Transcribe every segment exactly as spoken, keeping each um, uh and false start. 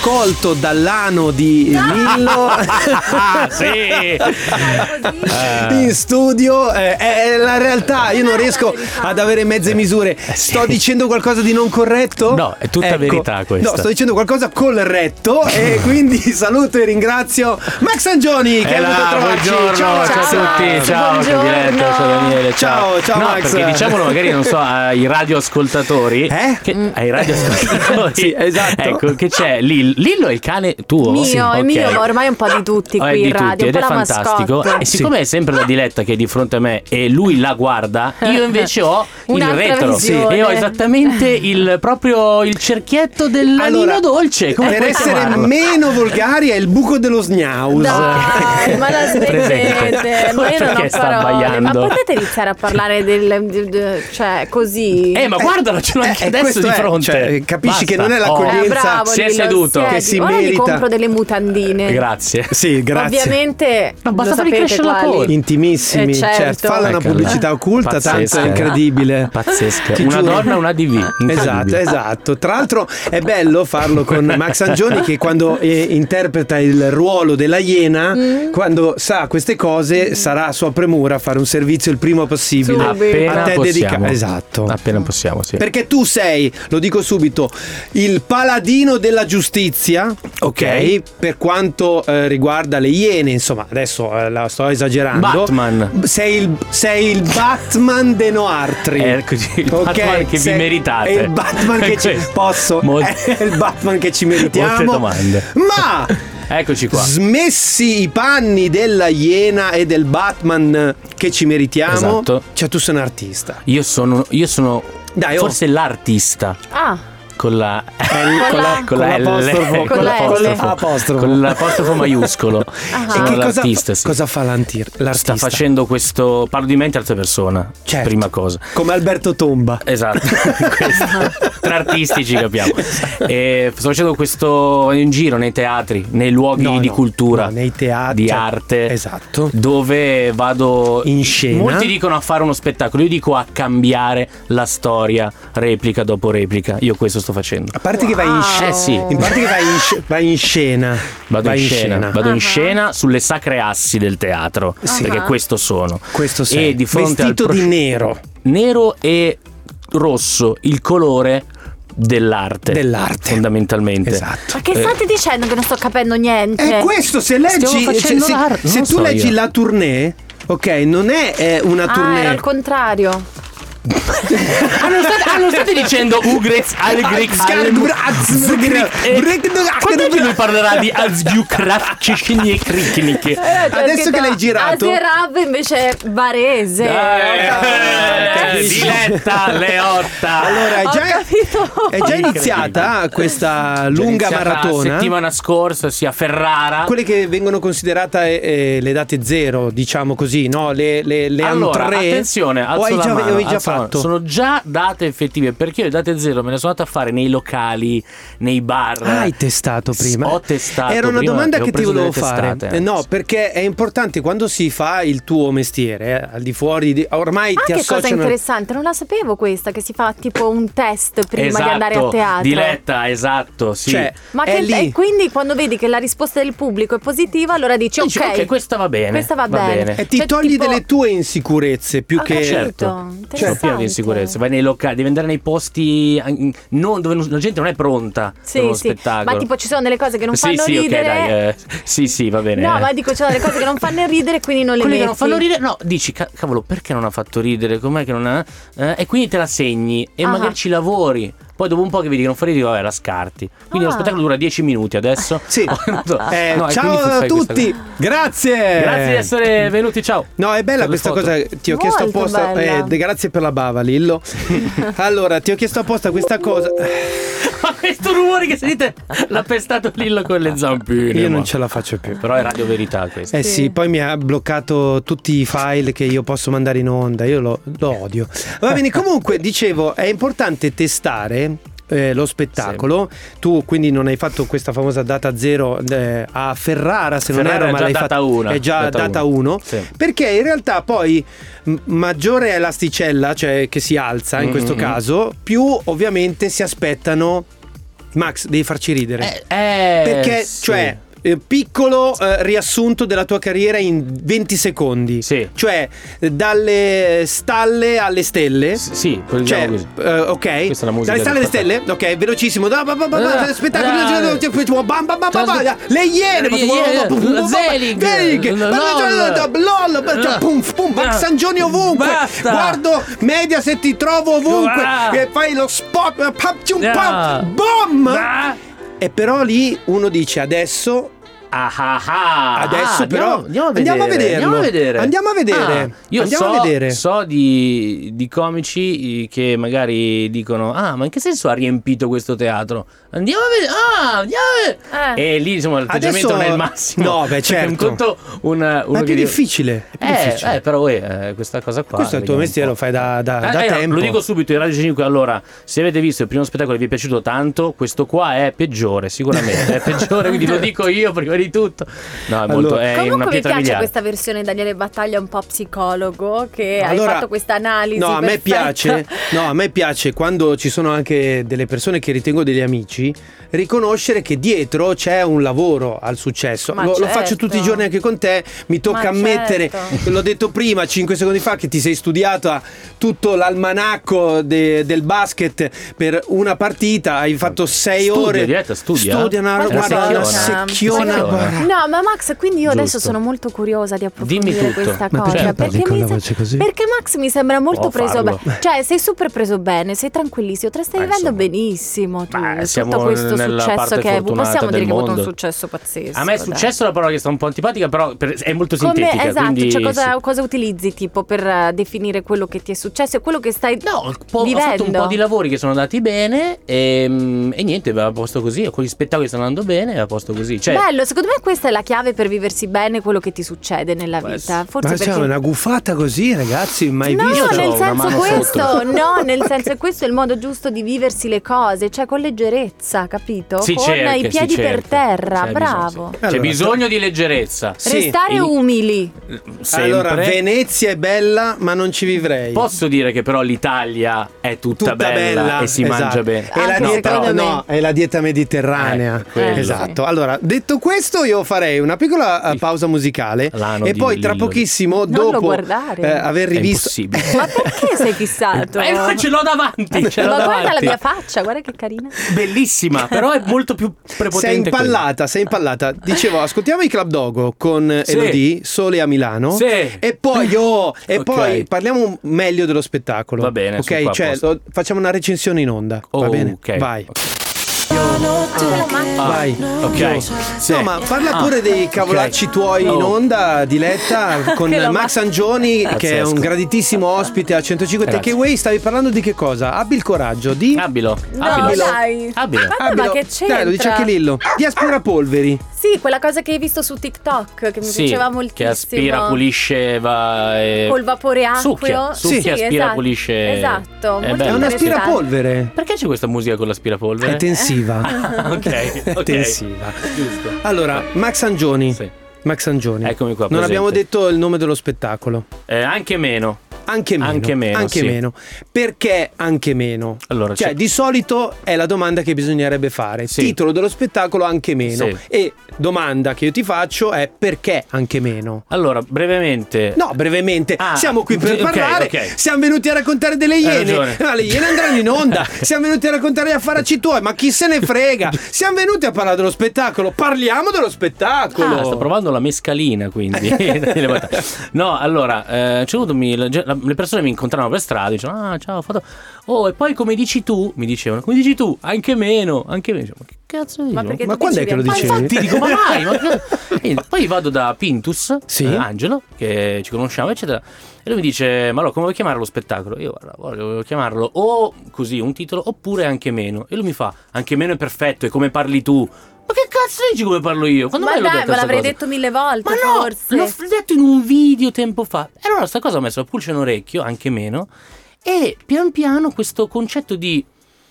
colto dall'ano di Lillo Ah, sì. in studio. Eh, è la realtà, io non riesco ad avere mezze misure. Sto dicendo qualcosa di non corretto? No, è tutta verità questa. No, sto dicendo qualcosa corretto e quindi saluto e ringrazio Max Angioni che Eh è venuto là, a trovarci. buongiorno, ciao, ciao a tutti, ciao, Buongiorno. Diletta, ciao Daniele, ciao. Ciao, ciao, no, Max. perché diciamolo magari, non so, ai radioascoltatori. Eh? Che, ai radioascoltatori. Sì, esatto. Ecco, che c'è Lillo. Lillo è il cane tuo? Mio, Sì, è ok. mio, ma ormai un po' di tutti Oh, è qui di in radio, tutti, un ed po' è la fantastico. mascotte. E siccome è sempre la Diletta che è di fronte a me e lui la guarda, io invece ho il Un'altra retro visione. e ho esattamente il proprio il cerchietto dell'anino Allora, dolce. Come per puoi essere chiamarlo? meno volgari è il buco dello sgnaus. Dai, ma la Presente. smettete, ma io non Perché ho sta parole. abbaiando? Ma potete iniziare a parlare del, del- del- cioè così? Eh, ma guardalo, ce l'ho anche Eh, adesso questo di è, fronte. cioè, capisci Basta. che non è Oh. l'accoglienza. Eh, bravo, si è Lillo, seduto. siedi. Che si Ora merita. gli compro delle mutandine. Grazie. Sì, grazie. Ovviamente Ma basta lo fargli sapete crescere la quali. coda. Intimissimi, Eh, certo. falla una Ecco, pubblicità eh. occulta, tanto Pazzesca. è incredibile. Pazzesca. Ti Una giuro. donna, una D V. Incredibile. Esatto, esatto. Tra l'altro è bello farlo con Max Angioni che quando eh, interpreta il ruolo della iena, quando sa queste cose sarà a sua premura fare un servizio il primo possibile. Appena a te dedica- possiamo. Esatto. Appena possiamo, sì. Perché tu sei, lo dico subito, il paladino della giustizia, ok? Ok. Per quanto eh, riguarda le iene, insomma, adesso eh, la sto esagerando. Batman. Sei il, sei il Batman de Noartri. È così, il Ok, Batman che vi sei- meritate. È il Batman che ci Questo. posso. Molte- È il Batman che ci meritiamo. Molte domande. Ma Eccoci qua. smessi i panni della iena e del Batman che ci meritiamo, Esatto. cioè tu sei un artista. Io sono, io sono Dai, oh. forse l'artista. Ah, Con la Con la- con la L, l'apostrofo, con la L. Apostrofo. con l'apostrofo maiuscolo. Ah. Sono E che cosa, l'artista, sì. cosa fa l'antir- l'artista? Sta facendo questo. Parlo di me in terza persona. Certo. Prima cosa. Come Alberto Tomba. Esatto. Questo. Tra artisti ci capiamo. E sto facendo questo in giro nei teatri, nei luoghi No, di no, cultura, no, nei teatri, di cioè, arte. esatto. Dove vado In scena. Molti dicono a fare uno spettacolo, io dico a cambiare la storia, replica dopo replica. Io questo sto facendo. A parte che vai in Wow. scena. Eh sì. In parte che vai in, sc- vai in scena. Vado Vai in scena, vado in Ah. scena sulle sacre assi del teatro, Sì. perché Ah. questo sono. Questo sei. E di fronte Vestito al pro- di nero. nero e rosso, il colore dell'arte. Dell'arte. Fondamentalmente. Esatto. ma che Eh. state dicendo che non sto capendo niente? È questo, se leggi, Stiamo se, facendo se- l'arte, se non tu so leggi io. la tournée, ok, non è eh, una Ah, tournée. era al contrario. Ah, non state, ah, non state dicendo Ugrez Algrix Quando è che lui parlerà di Azgiukrafcicinikriknik? Adesso che l'hai girato- Aserab invece è barese. Eh, Diletta Leotta. Allora, è Ho già, capito. è già iniziata questa lunga Iniziata maratona. settimana scorsa, sia a Ferrara. Quelle che vengono considerate eh, le date zero, diciamo così, no? Le, le, le Allora, entrée. attenzione, o alzo hai la già, mano, o hai già alzo la mano. fatto? Sono già date effettive, perché io le date zero me le sono andate a fare nei locali, nei bar. Ah, hai testato prima? Ho testato. Era una prima domanda e ho che ti preso volevo delle fare. testate. Eh, No, perché è importante quando si fa il tuo mestiere, eh, al di fuori di. Ormai Ah, ti che cosa associano. interessante, non la sapevo questa, che si fa tipo un test prima Esatto, di andare a teatro. Diletta, esatto, sì. Cioè, Ma è che lì. e quindi quando vedi che la risposta del pubblico è positiva, allora dici Dici, ok, ok, questa va bene. questa va bene. E ti Cioè, togli tipo- delle tue insicurezze più Ah, che. certo. capito, Sono interessante. pieno di insicurezze. Vai nei locali, devi andare nei posti eh, non, dove la gente non è pronta Sì, per uno sì. spettacolo. Ma tipo ci sono delle cose che non sì, fanno sì, ridere. ok, dai. eh, sì, sì, va bene. No, eh. ma dico ci sono delle cose che non fanno ridere, quindi non le Quelli che metti. non fanno ridere, no, dici ca- cavolo, perché non ha fatto ridere? Com'è che non ha? Eh, e quindi te la segni e Ah. magari ci lavori. Poi dopo un po' che vedi che non fa ridere, vabbè, la scarti. Quindi Ah. lo spettacolo dura dieci minuti adesso. Sì. No, Eh, no, e ciao quindi tu a fai questa tutti, cosa. grazie. Grazie di essere venuti, ciao. No, è bella Fate questa foto. cosa. Ti ho chiesto Molto apposta. bella. Eh, de- grazie per la bava, Lillo. Allora, ti ho chiesto apposta questa cosa. Ma questo rumore che sentite l'ha pestato Lillo con le zampine. Io ma- non ce la faccio più. Però è Radio Verità questo. Eh sì, poi mi ha bloccato tutti i file che io posso mandare in onda. Io lo, lo odio. Va bene, comunque, dicevo, è importante testare. eh, lo spettacolo. Tu quindi non hai fatto questa famosa data zero eh, a Ferrara, se non Ferrara erro, è ma già l'hai data fatta una. è già Data data uno. uno, Sì. perché in realtà poi m- maggiore è l'asticella, cioè che si alza in questo Mhm. caso, più ovviamente si aspettano Max, devi farci ridere. Eh, eh, Perché, sì. cioè, eh, piccolo eh, riassunto della tua carriera in venti secondi. Sì. Cioè, eh, dalle stalle alle stelle. S- sì, diciamo Cioè, così. eh, ok. Questa è la musica Dalle stalle alle del stelle, ok, velocissimo. Da, ba, ba, ba, ba, Ah, spettacolo. ah, bam, bam, bam, bam, bam, le iene. Le iene, Zelig, Zelig, LOL. LOL, pum, pum, Max Angioni ovunque. Basta. Guardo Mediaset, ti trovo ovunque. Ah. E fai lo spot, pam, cium, Ah. pam, bom. Ah. E però lì uno dice adesso. Ah, ah, ah. Adesso Ah, però andiamo, andiamo a vedere, andiamo a vederlo. Andiamo a vedere. Andiamo a vedere. Ah, io Andiamo so, a vedere. so di, di comici che magari dicono: ah, ma in che senso ha riempito questo teatro? Andiamo a vedere. Ah, andiamo a vedere. Eh. E lì insomma l'atteggiamento Adesso- non è il massimo. no, beh, Perché un certo. conto un, uno Ma è che più dice- difficile. È più Eh, difficile. eh, però voi, eh, questa cosa qua. Questo è il tuo vediamo mestiere, un lo po'. fai da, da, da Eh, eh, tempo. Lo dico subito in Radio cinque. Allora, se avete visto il primo spettacolo e vi è piaciuto tanto, questo qua è peggiore, sicuramente. È peggiore, quindi lo dico io prima di tutto. No, è molto. Allora, È una Comunque mi pietra piace miliare. questa versione Daniele Battaglia un po' psicologo, che Allora, hai fatto questa analisi. No, a me perfetta. piace. No, a me piace quando ci sono anche delle persone che ritengo degli amici, riconoscere che dietro c'è un lavoro al successo. Ma Lo, lo certo. faccio tutti i giorni anche con te. Mi tocca Ma ammettere, certo. l'ho detto prima, cinque secondi fa, che ti sei studiata tutto l'almanacco de- del basket per una partita. Hai fatto sei Studia, ore. diretta, studia? Studia, una, Ma guarda, una secchiona. secchiona. Secchiona. guarda. No, ma Max, quindi io adesso Giusto. sono molto curiosa di Dimmi approfondire tutto. questa Ma cosa. perché Perché, parli con mi la se- voce così? perché Max mi sembra molto Può preso farlo. bene. Cioè, sei super preso bene, sei tranquillissimo, te la stai Ma vivendo insomma. benissimo. Tu. Ma siamo Tutto questo nella successo parte che hai avuto. fortunata Possiamo dire del che hai avuto un mondo. successo pazzesco. A me è dai. successo la parola che sta un po' antipatica, però per- è molto Come, sintetica. esatto, quindi cioè cosa, sì. cosa utilizzi tipo per eh, definire quello che ti è successo e quello che stai No, un po'- ho vivendo? fatto un po' di lavori che sono andati bene e, mm, e niente, va a posto così. Con gli spettacoli stanno andando bene, va a posto così. Cioè, Bello, secondo me questa è la chiave per viversi bene quello che ti succede nella Può vita. essere. Forse Ma perché c'è una gufata così, ragazzi, mai No, visto? Io c'ho nel una senso mano questo, sotto. no, nel senso questo è il modo giusto di viversi le cose, cioè con leggerezza, capito? si con cerca, i si piedi per cerca. terra, C'è bravo. bisogno, sì. Allora, C'è bisogno di leggerezza. Sì. Restare In- umili. Sempre. Allora, Venezia è bella, ma non ci vivrei. Posso dire che però l'Italia è tutta, Tutta bella, e si esatto. mangia bene. È la, Anche dieta, secondo me. no, è la dieta mediterranea. Eh, quello. Esatto. Allora, detto questo, io farei una piccola eh, pausa musicale L'ano e di poi tra Lillo. pochissimo, Non lo dopo guardare. eh, aver È rivisto impossibile. Ma perché sei fissato? Eh, no, ce l'ho davanti, ce l'ho Ma guarda davanti. la mia faccia, guarda che carina. Bellissima, però è molto più prepotente. sei impallata, sei impallata. Dicevo, ascoltiamo i Club Dogo con Sì. Elodie, Sole a Milano. Sì. E poi oh, e Ok. poi parliamo meglio dello spettacolo. Va bene, sono ok, qua a cioè posto. lo- facciamo una recensione in onda. Oh, va bene? ok. Vai. Ah, Vai. ok. Sì. No, ma parla Ah, pure dei cavolacci ok. tuoi in Oh. onda, Diletta, con Che lo Max ma- Angioni, che è Pazzesco. un graditissimo ospite a centocinque Grazie. Takeaway. Stavi parlando di che cosa? Abbi il coraggio di... Abilo. No, Abilo. dai. Abilo. Vabbè, Abilo- ma che c'entra? Dai, lo dice anche Lillo. Di aspirapolveri. Sì, quella cosa che hai visto su TikTok che mi Sì, piaceva moltissimo. che aspira, pulisce, va e... Col vapore acqueo. Succhia, Sì. succhia, aspira, esatto. pulisce. Esatto, È molto bello. È un interessante. aspirapolvere. Perché c'è questa musica con l'aspirapolvere? È tensiva. Ah, ok, ok. Tensiva. Giusto. Allora, Max Angioni. Sì. Max Angioni. Eccomi qua, Non presente. abbiamo detto il nome dello spettacolo. Eh, anche meno. Anche meno. Anche meno, Anche sì. meno. Perché anche meno? Allora, Cioè, c'è- di solito è la domanda che bisognerebbe fare. Sì. Titolo dello spettacolo anche meno. Sì. E domanda che io ti faccio è perché anche meno? Allora, brevemente. No, brevemente, Ah, siamo qui per ok, parlare. ok. Siamo venuti a raccontare delle Hai iene. ragione. No, le iene andranno in onda. Siamo venuti a raccontare gli affaracci tuoi, ma chi se ne frega? Siamo venuti a parlare dello spettacolo. Parliamo dello spettacolo. Ah, sto provando la mescalina, quindi. No, allora, eh, c'è avuto mi- la- la- le persone mi incontravano per strada, dicevano: ah, ciao, ho fatto. Oh, e poi come dici tu? Mi dicevano, come dici tu? Anche meno, anche meno. Dicevo, ma che cazzo dici? Ma perché Ma tu quando è che lo dicevi- dicevi? Ma infatti dico, ma vai, ma che- E poi vado da Pintus, Sì. eh, Angelo, che ci conosciamo, eccetera. E lui mi dice: ma allora come vuoi chiamare lo spettacolo? Io guarda, voglio chiamarlo o così, un titolo, oppure anche meno. E lui mi fa: anche meno è perfetto, è come parli tu. Ma che cazzo dici come parlo io? Quando Ma mai l'ho dai, detto me sta l'avrei cosa? detto mille volte, Ma no, forse. l'ho f- detto in un video tempo fa. E allora sta cosa ho messo la pulce in orecchio, anche meno. E pian piano questo concetto di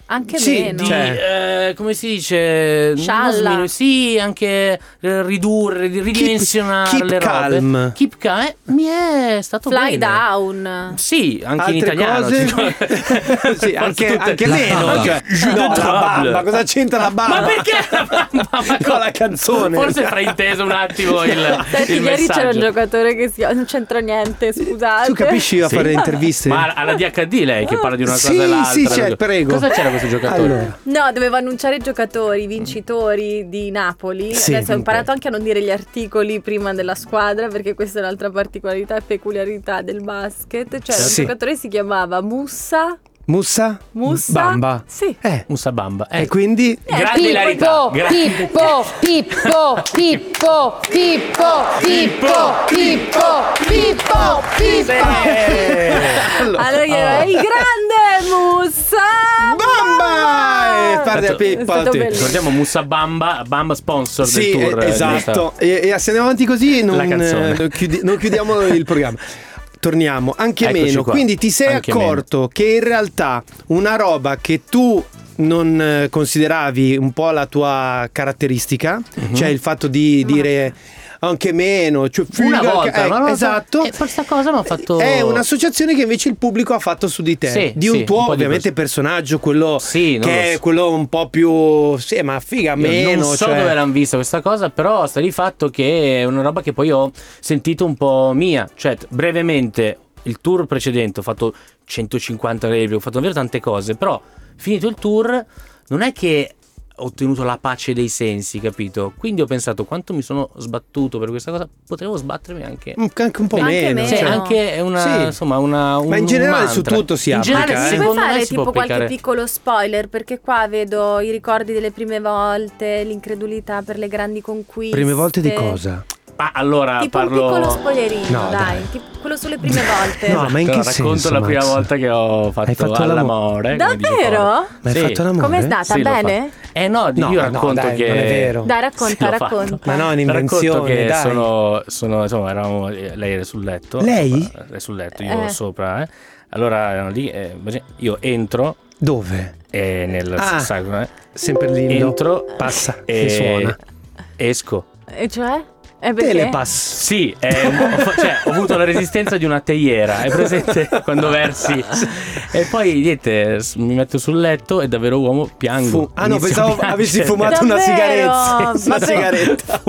Anche Sì, meno. Di, Cioè- eh, come si dice? Scialla. Non sminu- sì, anche eh, ridurre, ridimensionare keep le robe. calm. Keep calm. Eh, mi è stato Fly bene. down. Sì, anche in Altre italiano. cose? Cioè, Sì, anche, tutte- anche La meno. bamba. Cioè, Je no, de la trouble. bamba, cosa c'entra la bamba? Ma perché la bamba? Ma Con la canzone. Forse frainteso un attimo il, Senti, il ieri c'era un messaggio. giocatore che si... non c'entra niente, scusate. Tu capisci a Sì. fare interviste? Ma alla D H D lei che parla di una Sì, cosa e l'altra. sì, c'è, prego. Cosa c'era questo giocatore? Allora. No, dovevo annunciare i giocatori vincitori di Napoli. Sì, Adesso ho imparato ok. anche a non dire gli articoli prima della squadra, perché questa è un'altra particolarità e peculiarità del basket. Cioè, Sì. un giocatore si chiamava Mussa. Mussa? Mussa? Bamba? Sì. Eh. Musa Bamba. E Eh, quindi? grande ilarità. Pippo, Gra- Pippo, Pippo, Pippo, Pippo, Pippo, Pippo, Pippo, Pippo. Allora. Allora io ero, il grande Mussa Bamba! E parte È Pippo. stato te. bellissimo. Ricordiamo Musa Bamba, Bamba sponsor Sì, del tour. eh, eh, esatto. E, e se andiamo avanti così non, La canzone. eh, chiudi- non chiudiamo il programma. Torniamo, anche Eccoci meno. qua. Quindi ti sei Anche accorto che in realtà una roba che tu non eh, consideravi un po' la tua caratteristica, Mhm. cioè il fatto di dire anche meno, cioè Una figa, volta, eh, ma non lo so. esatto. E questa cosa mi ha fatto. È un'associazione che invece il pubblico ha fatto su di te, Sì, di un sì, tuo un po' di ovviamente così. personaggio, quello Sì, non lo che è so. quello un po' più sì, ma figa Io meno, non so cioè... dove l'hanno vista questa cosa, però sta di fatto che è una roba che poi ho sentito un po' mia. Cioè, brevemente, il tour precedente ho fatto centocinquanta review, ho fatto davvero tante cose, però finito il tour non è che ho ottenuto la pace dei sensi, capito? Quindi ho pensato quanto mi sono sbattuto per questa cosa, potevo sbattermi anche. anche un po' Anche meno, meno. Cioè, cioè. anche una, Sì. insomma, una. Un, Ma in generale un su mantra. tutto si In applica, generale, eh. Si puoi secondo me fare si tipo può qualche applicare. piccolo spoiler, perché qua vedo i ricordi delle prime volte, l'incredulità per le grandi conquiste. Prime volte di cosa? Ah, allora Tipo parlo. un piccolo spoilerino, No, dai, dai. tipo quello sulle prime volte. No, ma in Allora, che racconto senso, la prima Max? volta che ho fatto, Hai fatto all'amore. come dice Davvero? Paolo. Ma hai Sì. fatto l'amore? Com'è stata? Sì, l'ho Bene? fatto. Eh no, di No, io no, racconto dai, che non è vero. Dai, racconta, Sì, l'ho fatto. racconta. Ma no, è Racconto un'invenzione, che dai. sono, sono insomma, eravamo, lei era sul letto. Lei? Era sul letto, io Eh. sopra, eh. Allora erano lì, eh, io entro Dove? e nel Ah. sai com'è? Sempre lindo. Entro Passa e e suona. esco. E cioè? E perché? Telepass. Sì, è un po'- cioè, ho avuto la resistenza di una teiera, hai presente quando versi? E poi niente, s- mi metto sul letto e davvero uomo piango. Fu- ah no, Inizio pensavo a piangere. avessi fumato una Davvero? sigaretta. Ma Una per- sigaretta.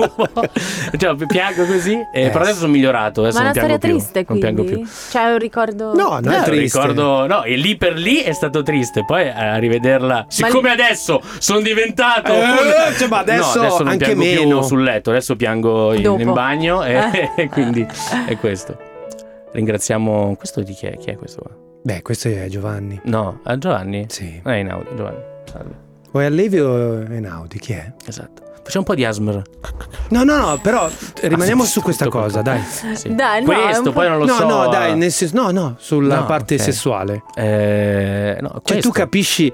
Cioè, piango così, e Eh, però adesso sono migliorato. Adesso Ma è non una piango storia più, triste, non piango quindi? più. Cioè, un ricordo... No, non è No, triste. ricordo, no, e lì per lì è stato triste. Poi a rivederla, siccome adesso sono diventato, Eh, cioè, ma adesso no, adesso non anche piango meno. più sul letto, adesso piango in, Dopo. in bagno, e, Eh. e quindi è questo. Ringraziamo. Questo di chi è? Chi è questo qua? Beh, questo è Giovanni. No, a Giovanni? Sì. Eh, in Audi, Giovanni. Salve. Vuoi Allevi o Einaudi? Chi è? Esatto. Facciamo un po' di Asmer. No, no, no, però rimaniamo Ah, su questa tutto cosa, dai. Sì. Dai, no, è un questo po'- poi non lo no, so. no, dai, nel senso, no, no, sulla No, parte ok. sessuale. Eh, no, Cioè, questo. tu capisci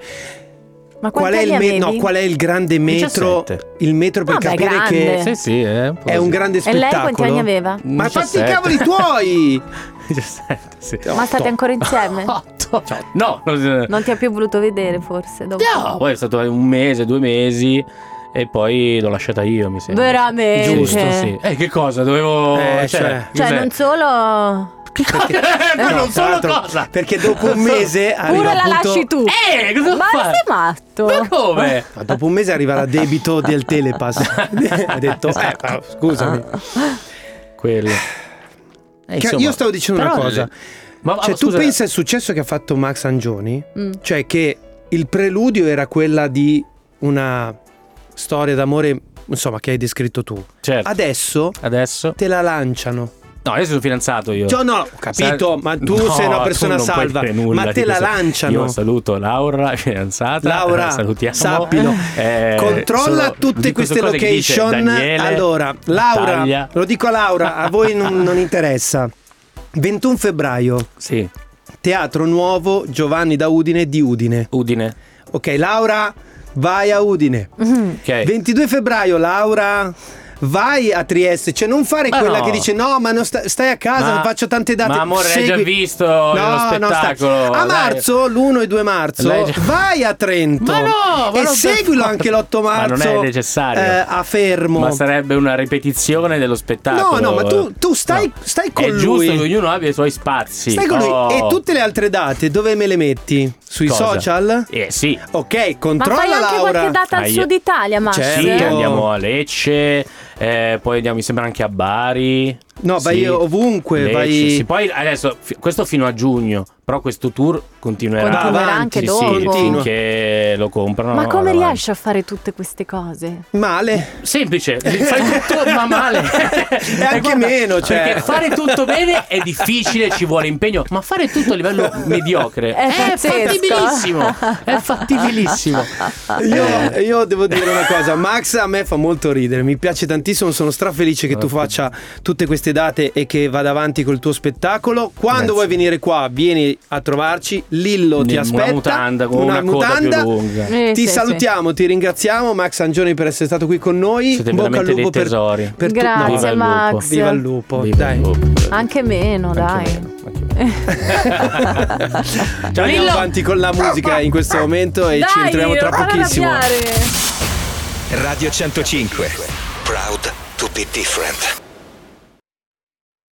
Ma qual quanti è, il anni me- no, avevi? qual è il grande metro? diciassette. Il metro per Vabbè, capire grande. che Sì, sì, eh, un po' è un così. grande E spettacolo. lei quanti anni aveva? Ma fatti i diciassette. cavoli tuoi! diciassette, sì. Ma state ancora insieme? Otto. No, non, Non ti ha più voluto vedere, forse? Dopo. no, poi è stato un mese, due mesi e poi l'ho lasciata io, mi sembra. Veramente? Giusto, sì. Eh, che cosa? Dovevo... Eh, cioè, cioè. Cioè, cos'è? non solo... Eh, No, non tra solo l'altro, cosa? Perché dopo un mese arriva Pure la appunto- lasci tu. Eh, cosa Ma fa? sei matto? Ma come? Ma dopo un mese arriva la debito del Telepass. Ha detto, eh, ma scusami. Quello. Eh, Che- insomma, io stavo dicendo una però- cosa. Ma, Cioè, ma tu scusa, pensa al successo che ha fatto Max Angioni? Mm. Cioè, che il preludio era quella di una storia d'amore, insomma, che hai descritto tu. certo, Adesso adesso... te la lanciano. No, adesso sono fidanzato io. Cioè, no, ho capito, Sa- ma tu No, sei una tu persona non puoi salva. dire nulla Ma di te la questo. lanciano. Io saluto Laura, fidanzata. Laura, eh, salutiamo. sappilo. Eh, Controlla solo- tutte dico queste cose che dice location. Daniele, Allora, Laura, Taglia. lo dico a Laura, a voi non, non interessa. ventuno febbraio, Sì, Teatro Nuovo Giovanni da Udine di Udine. Udine. Ok, Laura, vai a Udine. Mhm. Ok. ventidue febbraio, Laura, vai a Trieste, cioè non fare ma quella no. che dice no, ma non sta, stai a casa, Ma- faccio tante date. ma amore, Segui- l'hai già visto no, lo spettacolo? No, stai- a Dai. marzo, l'primo e due marzo, L'hai già- vai a Trento. Ma no, ma e non per seguilo forza. anche l'otto Ma marzo. non è necessario. eh, a Fermo. Ma sarebbe una ripetizione dello spettacolo. No, no, ma tu, tu stai, No. stai con È lui. giusto che ognuno abbia i suoi spazi. Stai con lui. Oh. E tutte le altre date dove me le metti? Sui Cosa? social? Eh sì. Ok, Ma controlla fai anche Laura. qualche data al Ah, io- sud Italia, Max? Certo. Sì, andiamo a Lecce, eh, poi andiamo, mi sembra anche a Bari. No, vai Sì. ovunque, Lecce, vai- sì. Poi adesso, fi- questo fino a giugno, però questo tour continuerà. Continuerà avanti, anche Sì, sì, dopo. continua. finché lo comprano. Ma come avanti. riesci a fare tutte queste cose? Male. Semplice, fai tutto ma male. E anche meno, cioè. Perché fare tutto bene è difficile, ci vuole impegno, ma fare tutto a livello mediocre È pazzesco. fattibilissimo. È fattibilissimo. Io, io devo dire una cosa, Max a me fa molto ridere, mi piace tantissimo, sono strafelice che tu faccia tutte queste date e che vada avanti col tuo spettacolo. Quando Grazie. vuoi venire qua, vieni a trovarci, Lillo ti Una aspetta. mutanda con una coda più lunga. Eh, Ti sì, salutiamo, ti ringraziamo Max Angioni per essere stato qui con noi. Siete In bocca al veramente lupo dei per, tesori. per tu- Grazie, no, Viva il lupo. Max. Viva il lupo, Viva dai. il lupo. sì. Anche meno, Anche dai. meno, anche meno. Ciao, andiamo avanti con la musica in questo momento e Dai, ci ritroviamo tra non farla pochissimo. arrabbiare. Radio centocinque. Proud to be different.